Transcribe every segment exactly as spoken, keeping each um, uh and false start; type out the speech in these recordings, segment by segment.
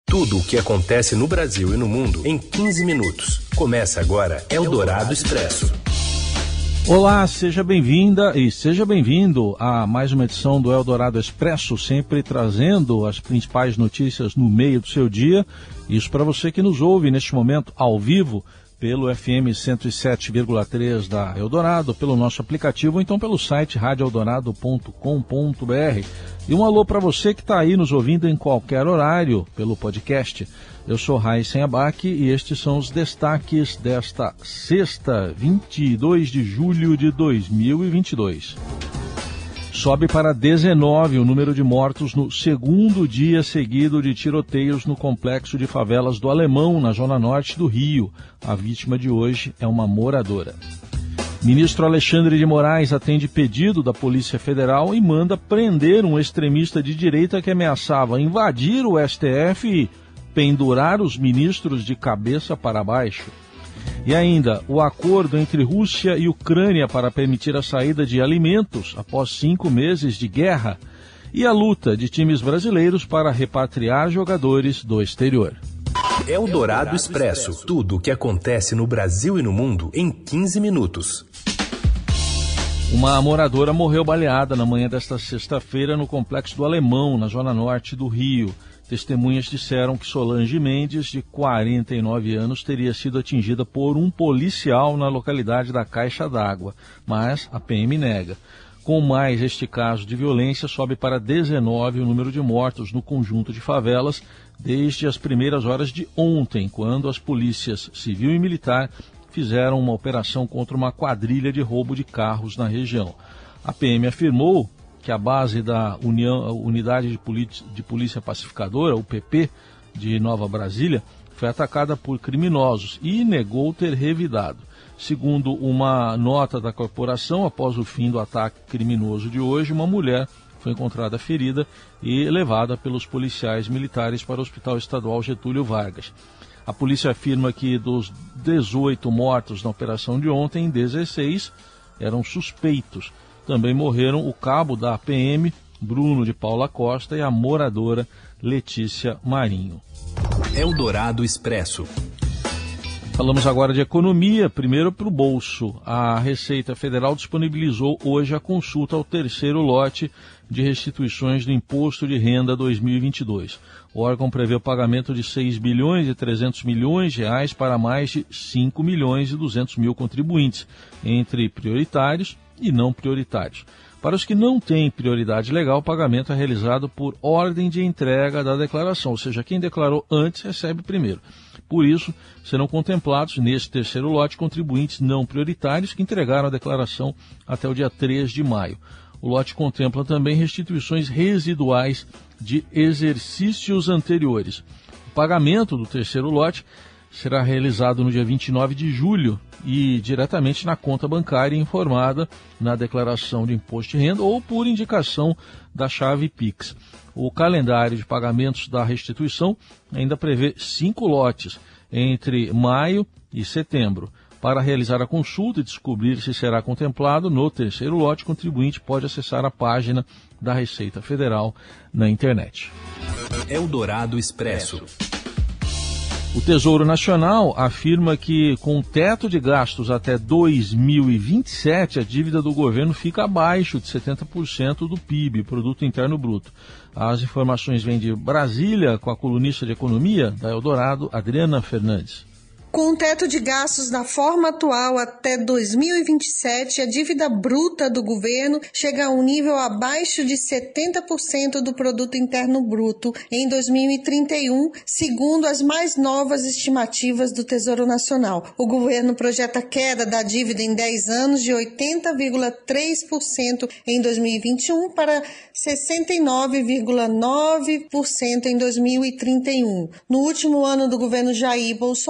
Tudo o que acontece no Brasil e no mundo em quinze minutos. Começa agora Eldorado Expresso. Olá, seja bem-vinda e seja bem-vindo a mais uma edição do Eldorado Expresso, sempre trazendo as principais notícias no meio do seu dia. Isso para você que nos ouve neste momento ao vivo pelo F M cento e sete vírgula três da Eldorado, pelo nosso aplicativo ou então pelo site rádio eldorado ponto com ponto b r. E um alô para você que está aí nos ouvindo em qualquer horário pelo podcast. Eu sou Raíssen Abac e estes são os destaques desta sexta, vinte e dois de julho de dois mil e vinte e dois. Sobe para dezenove o número de mortos no segundo dia seguido de tiroteios no complexo de favelas do Alemão, na zona norte do Rio. A vítima de hoje é uma moradora. Ministro Alexandre de Moraes atende pedido da Polícia Federal e manda prender um extremista de direita que ameaçava invadir o S T F e pendurar os ministros de cabeça para baixo. E ainda, o acordo entre Rússia e Ucrânia para permitir a saída de alimentos após cinco meses de guerra e a luta de times brasileiros para repatriar jogadores do exterior. Eldorado Expresso. Tudo o que acontece no Brasil e no mundo em quinze minutos. Uma moradora morreu baleada na manhã desta sexta-feira no complexo do Alemão, na zona norte do Rio. Testemunhas disseram que Solange Mendes, de quarenta e nove anos, teria sido atingida por um policial na localidade da Caixa d'Água, mas a P M nega. Com mais este caso de violência, sobe para dezenove o número de mortos no conjunto de favelas desde as primeiras horas de ontem, quando as polícias civil e militar fizeram uma operação contra uma quadrilha de roubo de carros na região. A P M afirmou que a base da União, a Unidade de Polícia, de Polícia Pacificadora, U P P, de Nova Brasília, foi atacada por criminosos e negou ter revidado. Segundo uma nota da corporação, após o fim do ataque criminoso de hoje, uma mulher foi encontrada ferida e levada pelos policiais militares para o Hospital Estadual Getúlio Vargas. A polícia afirma que dos dezoito mortos na operação de ontem, dezesseis eram suspeitos. Também morreram o cabo da P M, Bruno de Paula Costa, e a moradora Letícia Marinho. Eldorado Expresso. Falamos agora de economia, primeiro para o bolso. A Receita Federal disponibilizou hoje a consulta ao terceiro lote de restituições do Imposto de Renda dois mil e vinte e dois. O órgão prevê o pagamento de seis bilhões e trezentos milhões de reais para mais de cinco milhões e duzentos mil contribuintes, entre prioritários e não prioritários. Para os que não têm prioridade legal, o pagamento é realizado por ordem de entrega da declaração, ou seja, quem declarou antes recebe primeiro. Por isso, serão contemplados nesse terceiro lote contribuintes não prioritários que entregaram a declaração até o dia três de maio. O lote contempla também restituições residuais de exercícios anteriores. O pagamento do terceiro lote será realizado no dia vinte e nove de julho e diretamente na conta bancária informada na declaração de imposto de renda ou por indicação da chave Pix. O calendário de pagamentos da restituição ainda prevê cinco lotes entre maio e setembro. Para realizar a consulta e descobrir se será contemplado no terceiro lote, o contribuinte pode acessar a página da Receita Federal na internet. Eldorado Expresso. O Tesouro Nacional afirma que, com o teto de gastos até dois mil e vinte e sete, a dívida do governo fica abaixo de setenta por cento do P I B, Produto Interno Bruto. As informações vêm de Brasília, com a colunista de economia da Eldorado, Adriana Fernandes. Com o teto de gastos da forma atual até dois mil e vinte e sete, a dívida bruta do governo chega a um nível abaixo de setenta por cento do Produto Interno Bruto em dois mil e trinta e um, segundo as mais novas estimativas do Tesouro Nacional. O governo projeta queda da dívida em dez anos de oitenta vírgula três por cento em dois mil e vinte e um para sessenta e nove vírgula nove por cento em dois mil e trinta e um. No último ano do governo Jair Bolsonaro,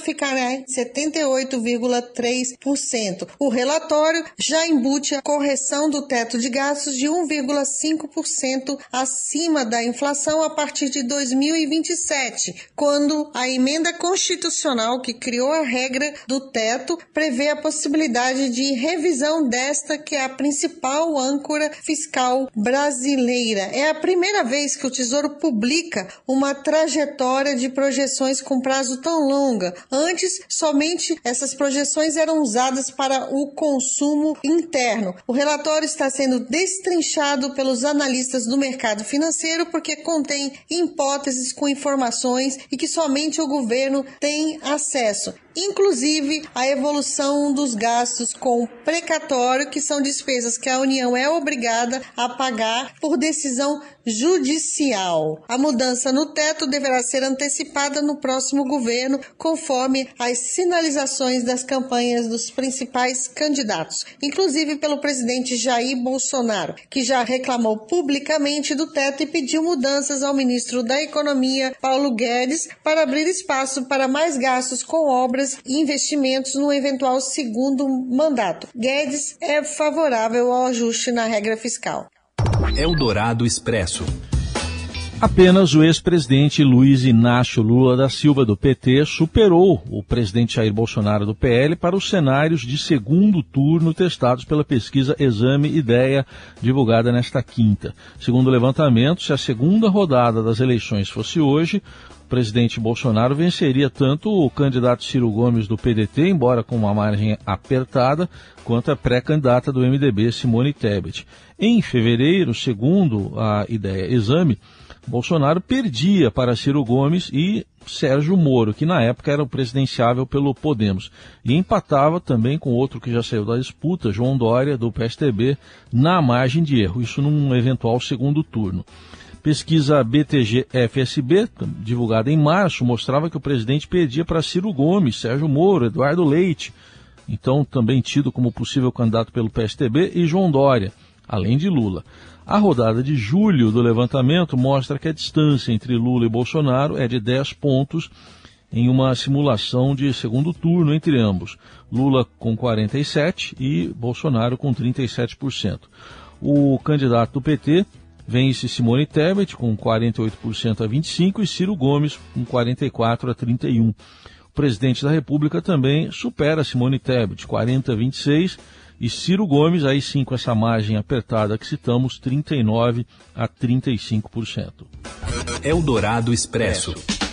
ficará em setenta e oito vírgula três por cento. O relatório já embute a correção do teto de gastos de um vírgula cinco por cento acima da inflação a partir de dois mil e vinte e sete, quando a emenda constitucional que criou a regra do teto prevê a possibilidade de revisão desta, que é a principal âncora fiscal brasileira. É a primeira vez que o Tesouro publica uma trajetória de projeções com prazo tão longa. Antes, somente essas projeções eram usadas para o consumo interno. O relatório está sendo destrinchado pelos analistas do mercado financeiro porque contém hipóteses com informações e que somente o governo tem acesso, inclusive a evolução dos gastos com precatório, que são despesas que a União é obrigada a pagar por decisão judicial. A mudança no teto deverá ser antecipada no próximo governo, conforme as sinalizações das campanhas dos principais candidatos, inclusive pelo presidente Jair Bolsonaro, que já reclamou publicamente do teto e pediu mudanças ao ministro da Economia, Paulo Guedes, para abrir espaço para mais gastos com obras e investimentos no eventual segundo mandato. Guedes é favorável ao ajuste na regra fiscal. Eldorado Expresso. Apenas o ex-presidente Luiz Inácio Lula da Silva, do P T, superou o presidente Jair Bolsonaro, do P L, para os cenários de segundo turno testados pela pesquisa Exame Ideia, divulgada nesta quinta. Segundo o levantamento, se a segunda rodada das eleições fosse hoje, o presidente Bolsonaro venceria tanto o candidato Ciro Gomes, do P D T, embora com uma margem apertada, quanto a pré-candidata do M D B, Simone Tebet. Em fevereiro, segundo a Ideia Exame, Bolsonaro perdia para Ciro Gomes e Sérgio Moro, que na época era o presidenciável pelo Podemos, e empatava também com outro que já saiu da disputa, João Dória, do P S D B, na margem de erro, isso num eventual segundo turno. Pesquisa B T G F S B, divulgada em março, mostrava que o presidente perdia para Ciro Gomes, Sérgio Moro, Eduardo Leite, então também tido como possível candidato pelo P S D B, e João Dória, além de Lula. A rodada de julho do levantamento mostra que a distância entre Lula e Bolsonaro é de dez pontos em uma simulação de segundo turno entre ambos. Lula com quarenta e sete por cento e Bolsonaro com trinta e sete por cento. O candidato do P T vence Simone Tebet com quarenta e oito por cento a vinte e cinco por cento e Ciro Gomes com quarenta e quatro por cento a trinta e um por cento. O presidente da República também supera Simone Tebet, quarenta a vinte e seis por cento, e Ciro Gomes, aí sim com essa margem apertada que citamos, trinta e nove a trinta e cinco por cento. Eldorado Expresso.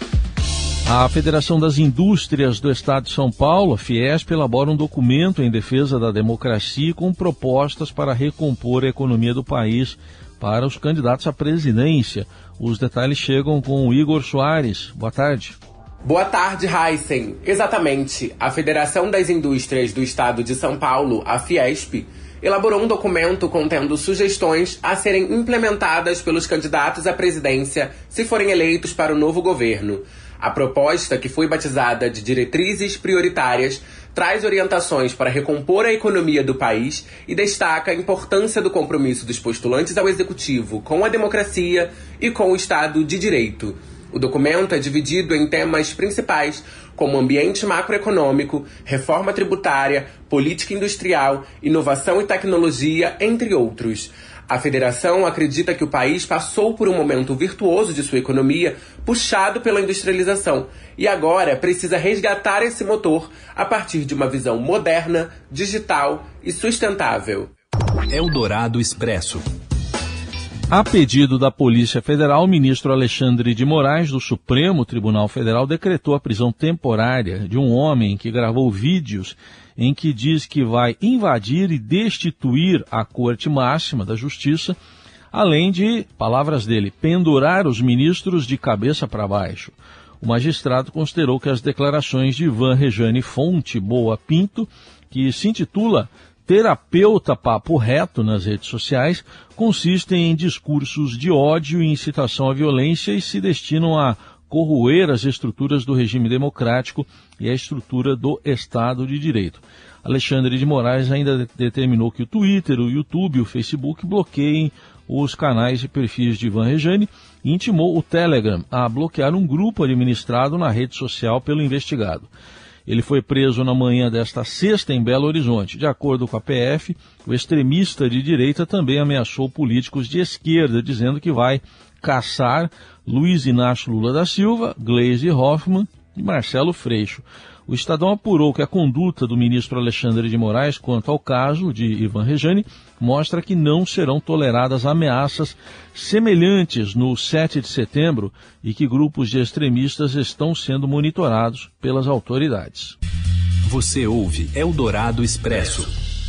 A Federação das Indústrias do Estado de São Paulo, a Fiesp, elabora um documento em defesa da democracia com propostas para recompor a economia do país para os candidatos à presidência. Os detalhes chegam com o Igor Soares. Boa tarde. Boa tarde, Heisen. Exatamente. A Federação das Indústrias do Estado de São Paulo, a Fiesp, elaborou um documento contendo sugestões a serem implementadas pelos candidatos à presidência se forem eleitos para o novo governo. A proposta, que foi batizada de Diretrizes Prioritárias, traz orientações para recompor a economia do país e destaca a importância do compromisso dos postulantes ao executivo com a democracia e com o Estado de Direito. O documento é dividido em temas principais, como ambiente macroeconômico, reforma tributária, política industrial, inovação e tecnologia, entre outros. A federação acredita que o país passou por um momento virtuoso de sua economia, puxado pela industrialização, e agora precisa resgatar esse motor a partir de uma visão moderna, digital e sustentável. Eldorado Expresso. A pedido da Polícia Federal, o ministro Alexandre de Moraes, do Supremo Tribunal Federal, decretou a prisão temporária de um homem que gravou vídeos em que diz que vai invadir e destituir a Corte Máxima da Justiça, além de, palavras dele, pendurar os ministros de cabeça para baixo. O magistrado considerou que as declarações de Ivan Rejane Fonte Boa Pinto, que se intitula Terapeuta Papo Reto nas redes sociais, consistem em discursos de ódio e incitação à violência e se destinam a corroer as estruturas do regime democrático e a estrutura do Estado de Direito. Alexandre de Moraes ainda determinou que o Twitter, o YouTube e o Facebook bloqueiem os canais e perfis de Ivan Rejane e intimou o Telegram a bloquear um grupo administrado na rede social pelo investigado. Ele foi preso na manhã desta sexta em Belo Horizonte. De acordo com a P F, o extremista de direita também ameaçou políticos de esquerda, dizendo que vai caçar Luiz Inácio Lula da Silva, Gleisi Hoffmann e Marcelo Freixo. O Estadão apurou que a conduta do ministro Alexandre de Moraes quanto ao caso de Ivan Rejane mostra que não serão toleradas ameaças semelhantes no sete de setembro e que grupos de extremistas estão sendo monitorados pelas autoridades. Você ouve Eldorado Expresso.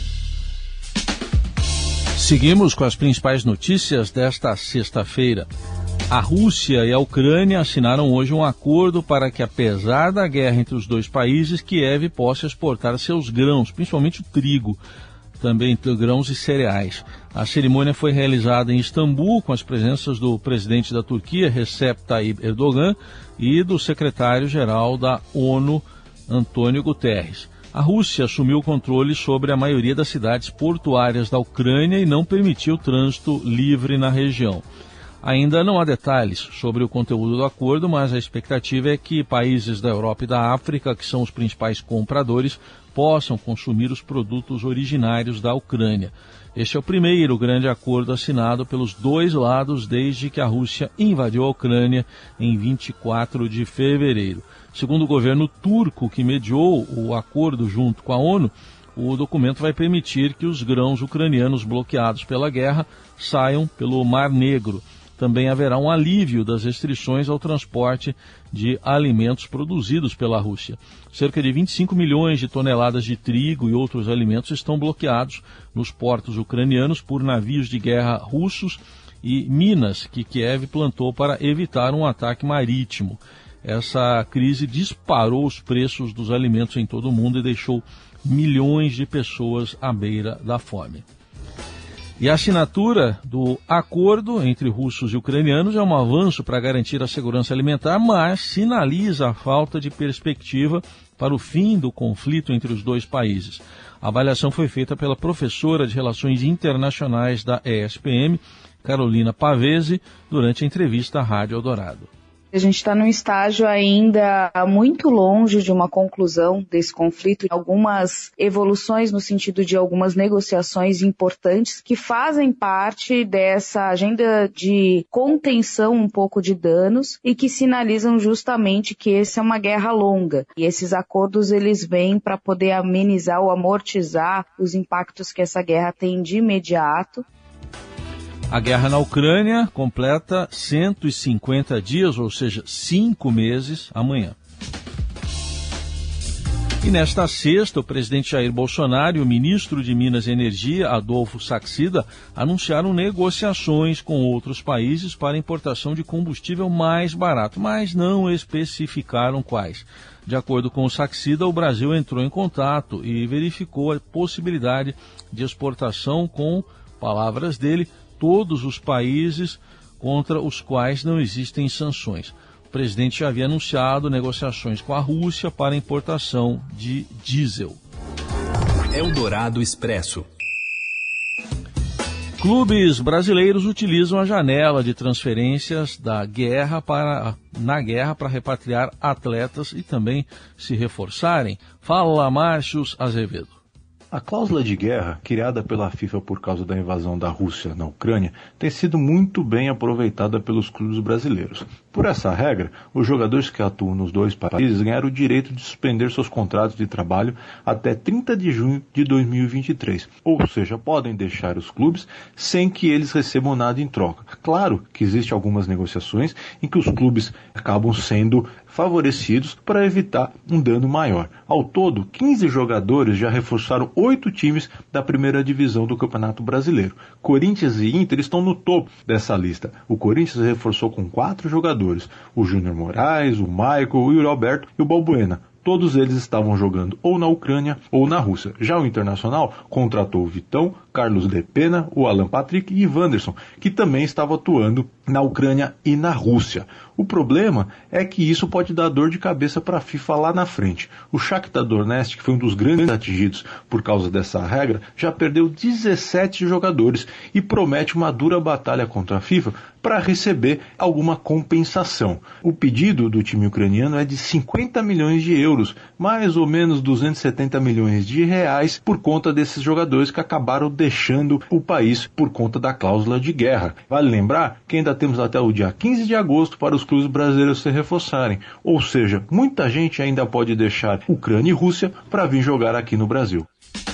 Seguimos com as principais notícias desta sexta-feira. A Rússia e a Ucrânia assinaram hoje um acordo para que, apesar da guerra entre os dois países, Kiev possa exportar seus grãos, principalmente o trigo, também grãos e cereais. A cerimônia foi realizada em Istambul, com as presenças do presidente da Turquia, Recep Tayyip Erdogan, e do secretário-geral da ONU, Antônio Guterres. A Rússia assumiu o controle sobre a maioria das cidades portuárias da Ucrânia e não permitiu trânsito livre na região. Ainda não há detalhes sobre o conteúdo do acordo, mas a expectativa é que países da Europa e da África, que são os principais compradores, possam consumir os produtos originários da Ucrânia. Este é o primeiro grande acordo assinado pelos dois lados desde que a Rússia invadiu a Ucrânia em vinte e quatro de fevereiro. Segundo o governo turco, que mediou o acordo junto com a ONU, o documento vai permitir que os grãos ucranianos bloqueados pela guerra saiam pelo Mar Negro. Também haverá um alívio das restrições ao transporte de alimentos produzidos pela Rússia. Cerca de vinte e cinco milhões de toneladas de trigo e outros alimentos estão bloqueados nos portos ucranianos por navios de guerra russos e minas que Kiev plantou para evitar um ataque marítimo. Essa crise disparou os preços dos alimentos em todo o mundo e deixou milhões de pessoas à beira da fome. E a assinatura do acordo entre russos e ucranianos é um avanço para garantir a segurança alimentar, mas sinaliza a falta de perspectiva para o fim do conflito entre os dois países. A avaliação foi feita pela professora de Relações Internacionais da E S P M, Carolina Pavese, durante a entrevista à Rádio Eldorado. A gente está num estágio ainda muito longe de uma conclusão desse conflito, algumas evoluções no sentido de algumas negociações importantes que fazem parte dessa agenda de contenção um pouco de danos e que sinalizam justamente que essa é uma guerra longa. E esses acordos eles vêm para poder amenizar ou amortizar os impactos que essa guerra tem de imediato. A guerra na Ucrânia completa cento e cinquenta dias, ou seja, cinco meses amanhã. E nesta sexta, o presidente Jair Bolsonaro e o ministro de Minas e Energia, Adolfo Saxida, anunciaram negociações com outros países para importação de combustível mais barato, mas não especificaram quais. De acordo com o Saxida, o Brasil entrou em contato e verificou a possibilidade de exportação com, palavras dele, todos os países contra os quais não existem sanções. O presidente já havia anunciado negociações com a Rússia para importação de diesel. Eldorado Expresso. Clubes brasileiros utilizam a janela de transferências da guerra para, na guerra para repatriar atletas e também se reforçarem. Fala, Márcios Azevedo. A cláusula de guerra, criada pela FIFA por causa da invasão da Rússia na Ucrânia, tem sido muito bem aproveitada pelos clubes brasileiros. Por essa regra, os jogadores que atuam nos dois países ganharam o direito de suspender seus contratos de trabalho até trinta de junho de dois mil e vinte e três, ou seja, podem deixar os clubes sem que eles recebam nada em troca. Claro que existem algumas negociações em que os clubes acabam sendo favorecidos para evitar um dano maior. Ao todo, quinze jogadores já reforçaram oito times da primeira divisão do Campeonato Brasileiro. Corinthians e Inter estão no topo dessa lista. O Corinthians reforçou com quatro jogadores, o Júnior Moraes, o Michael, o Yuri Alberto e o Balbuena. Todos eles estavam jogando ou na Ucrânia ou na Rússia. Já o Internacional contratou o Vitão, Carlos De Pena, o Alan Patrick e Wanderson, que também estavam atuando na Ucrânia e na Rússia. O problema é que isso pode dar dor de cabeça para a FIFA lá na frente. O Shakhtar Donetsk, que foi um dos grandes atingidos por causa dessa regra, já perdeu dezessete jogadores e promete uma dura batalha contra a FIFA para receber alguma compensação. O pedido do time ucraniano é de cinquenta milhões de euros, mais ou menos duzentos e setenta milhões de reais, por conta desses jogadores que acabaram deixando o país por conta da cláusula de guerra. Vale lembrar que ainda temos até o dia quinze de agosto para os clubes brasileiros se reforçarem, ou seja, muita gente ainda pode deixar Ucrânia e Rússia para vir jogar aqui no Brasil.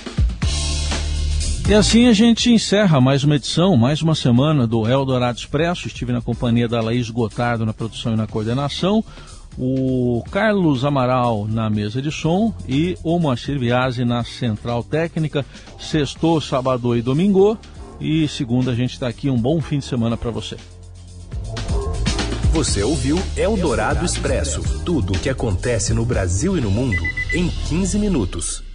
E assim a gente encerra mais uma edição, mais uma semana do Eldorado Expresso. Estive na companhia da Laís Gotardo na produção e na coordenação, o Carlos Amaral na mesa de som e o Moacir Biasi na central técnica. Sextou, sábado e domingo, e segunda a gente está aqui. Um bom fim de semana para você. Você ouviu Eldorado Expresso, tudo o que acontece no Brasil e no mundo em quinze minutos.